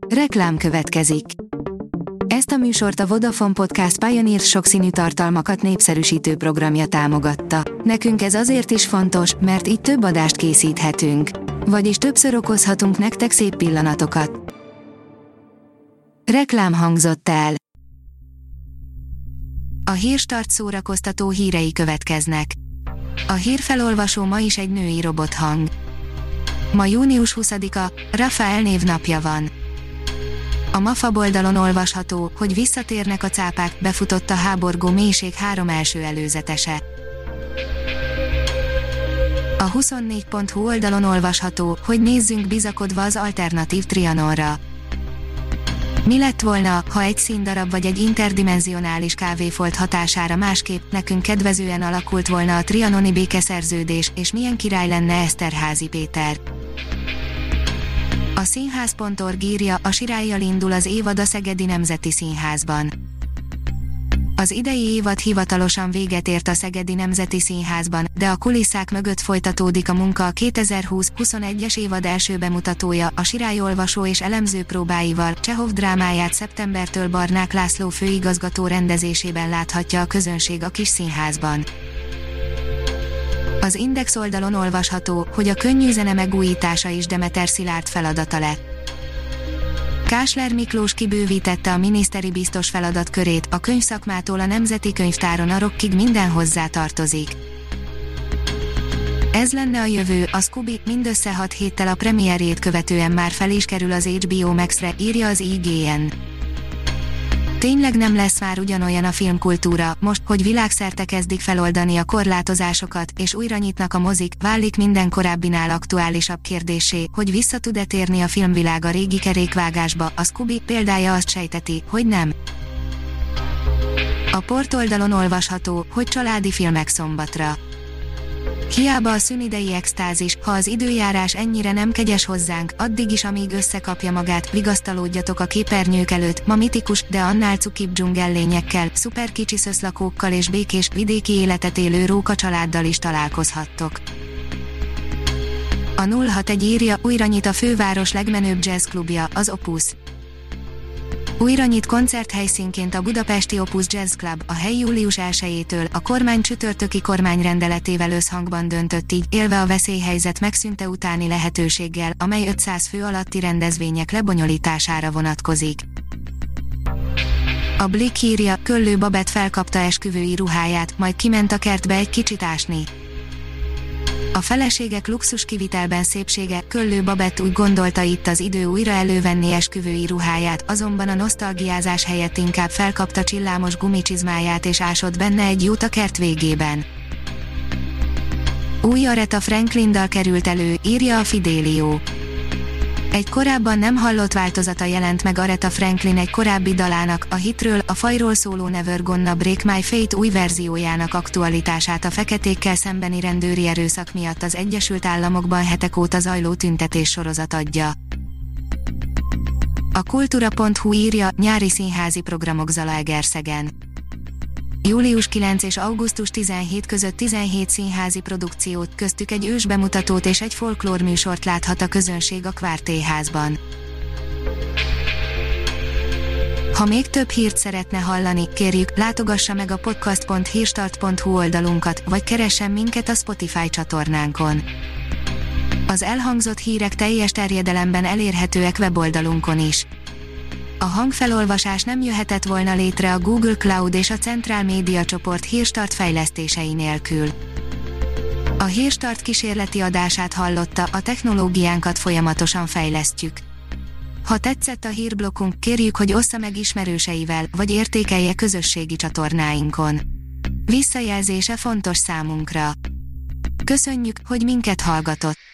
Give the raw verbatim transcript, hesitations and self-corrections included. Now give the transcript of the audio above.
Reklám következik. Ezt a műsort a Vodafone Podcast Pioneer sokszínű tartalmakat népszerűsítő programja támogatta. Nekünk ez azért is fontos, mert így több adást készíthetünk. Vagyis többször okozhatunk nektek szép pillanatokat. Reklám hangzott el. A Hírstart szórakoztató hírei következnek. A hírfelolvasó ma is egy női robothang. Ma június huszadika, Rafael névnapja van. A MAFA oldalon olvasható, hogy visszatérnek a cápák, befutott a háborgó mélység három első előzetese. A huszonnégy pont hu oldalon olvasható, hogy nézzünk bizakodva az alternatív Trianonra. Mi lett volna, ha egy színdarab vagy egy interdimenzionális kávéfolt hatására másképp, nekünk kedvezően alakult volna a trianoni békeszerződés, és milyen király lenne Eszterházy Péter. A színház pont org írja, a Sirállyal indul az évad a Szegedi Nemzeti Színházban. Az idei évad hivatalosan véget ért a Szegedi Nemzeti Színházban, de a kulisszák mögött folytatódik a munka a kétezer-húsz-huszonegyes évad első bemutatója, a Sirály olvasó és elemző próbáival, Csehov drámáját szeptembertől Barnák László főigazgató rendezésében láthatja a közönség a kis színházban. Az Index oldalon olvasható, hogy a könnyű zene megújítása is Demeter Szilárd feladata lett. Kásler Miklós kibővítette a miniszteri biztos feladatkörét, a könyvszakmától a Nemzeti Könyvtáron a rockig minden hozzá tartozik. Ez lenne a jövő, a Scooby, mindössze hat héttel a premierjét követően már fel is kerül az há bé o Max-re, írja az i gé en. Tényleg nem lesz már ugyanolyan a filmkultúra, most, hogy világszerte kezdik feloldani a korlátozásokat, és újra nyitnak a mozik, válik minden korábbinál aktuálisabb kérdéssé, hogy vissza tud-e térni a filmvilág a régi kerékvágásba, a Scooby példája azt sejteti, hogy nem. A portoldalon olvasható, hogy családi filmek szombatra. Hiába a szünidei extázis, ha az időjárás ennyire nem kegyes hozzánk, addig is amíg összekapja magát, vigasztalódjatok a képernyők előtt, ma mitikus, de annál cukibb dzsungellényekkel, szuper kicsi szöszlakókkal és békés, vidéki életet élő róka családdal is találkozhattok. A nulla hatvanegy írja, újra nyit a főváros legmenőbb jazzklubja, az Opus. Újra nyit koncerthelyszínként a budapesti Opus Jazz Club, a hely július elsejétől, a kormány csütörtöki kormányrendeletével összhangban döntött így, élve a veszélyhelyzet megszűnte utáni lehetőséggel, amely ötszáz fő alatti rendezvények lebonyolítására vonatkozik. A Blick írja, Köllő Babett felkapta esküvői ruháját, majd kiment a kertbe egy kicsit ásni. A feleségek luxus kivitelben szépsége, Köllő Babett úgy gondolta, itt az idő újra elővenni esküvői ruháját, azonban a nosztalgiázás helyett inkább felkapta csillámos gumicsizmáját és ásott benne egy jót a kert végében. Új Aretha Franklin dal került elő, írja a Fidelio. Egy korábban nem hallott változata jelent meg Aretha Franklin egy korábbi dalának, a hitről, a fajról szóló Never Gonna Break My Faith új verziójának aktualitását a feketékkel szembeni rendőri erőszak miatt az Egyesült Államokban hetek óta zajló tüntetés sorozat adja. A kultúra pont hu írja, nyári színházi programok Zalaegerszegen. július kilencedike és augusztus tizenhetedike között tizenhét színházi produkciót, köztük egy ősbemutatót és egy folklórműsort láthat a közönség a Kvártéházban. Ha még több hírt szeretne hallani, kérjük, látogassa meg a podcast pont hírstart pont hu oldalunkat, vagy keressen minket a Spotify csatornánkon. Az elhangzott hírek teljes terjedelemben elérhetőek weboldalunkon is. A hangfelolvasás nem jöhetett volna létre a Google Cloud és a Centrál Média csoport Hírstart fejlesztései nélkül. A Hírstart kísérleti adását hallotta, a technológiánkat folyamatosan fejlesztjük. Ha tetszett a hírblokkunk, kérjük, hogy ossza meg ismerőseivel, vagy értékelje közösségi csatornáinkon. Visszajelzése fontos számunkra. Köszönjük, hogy minket hallgatott!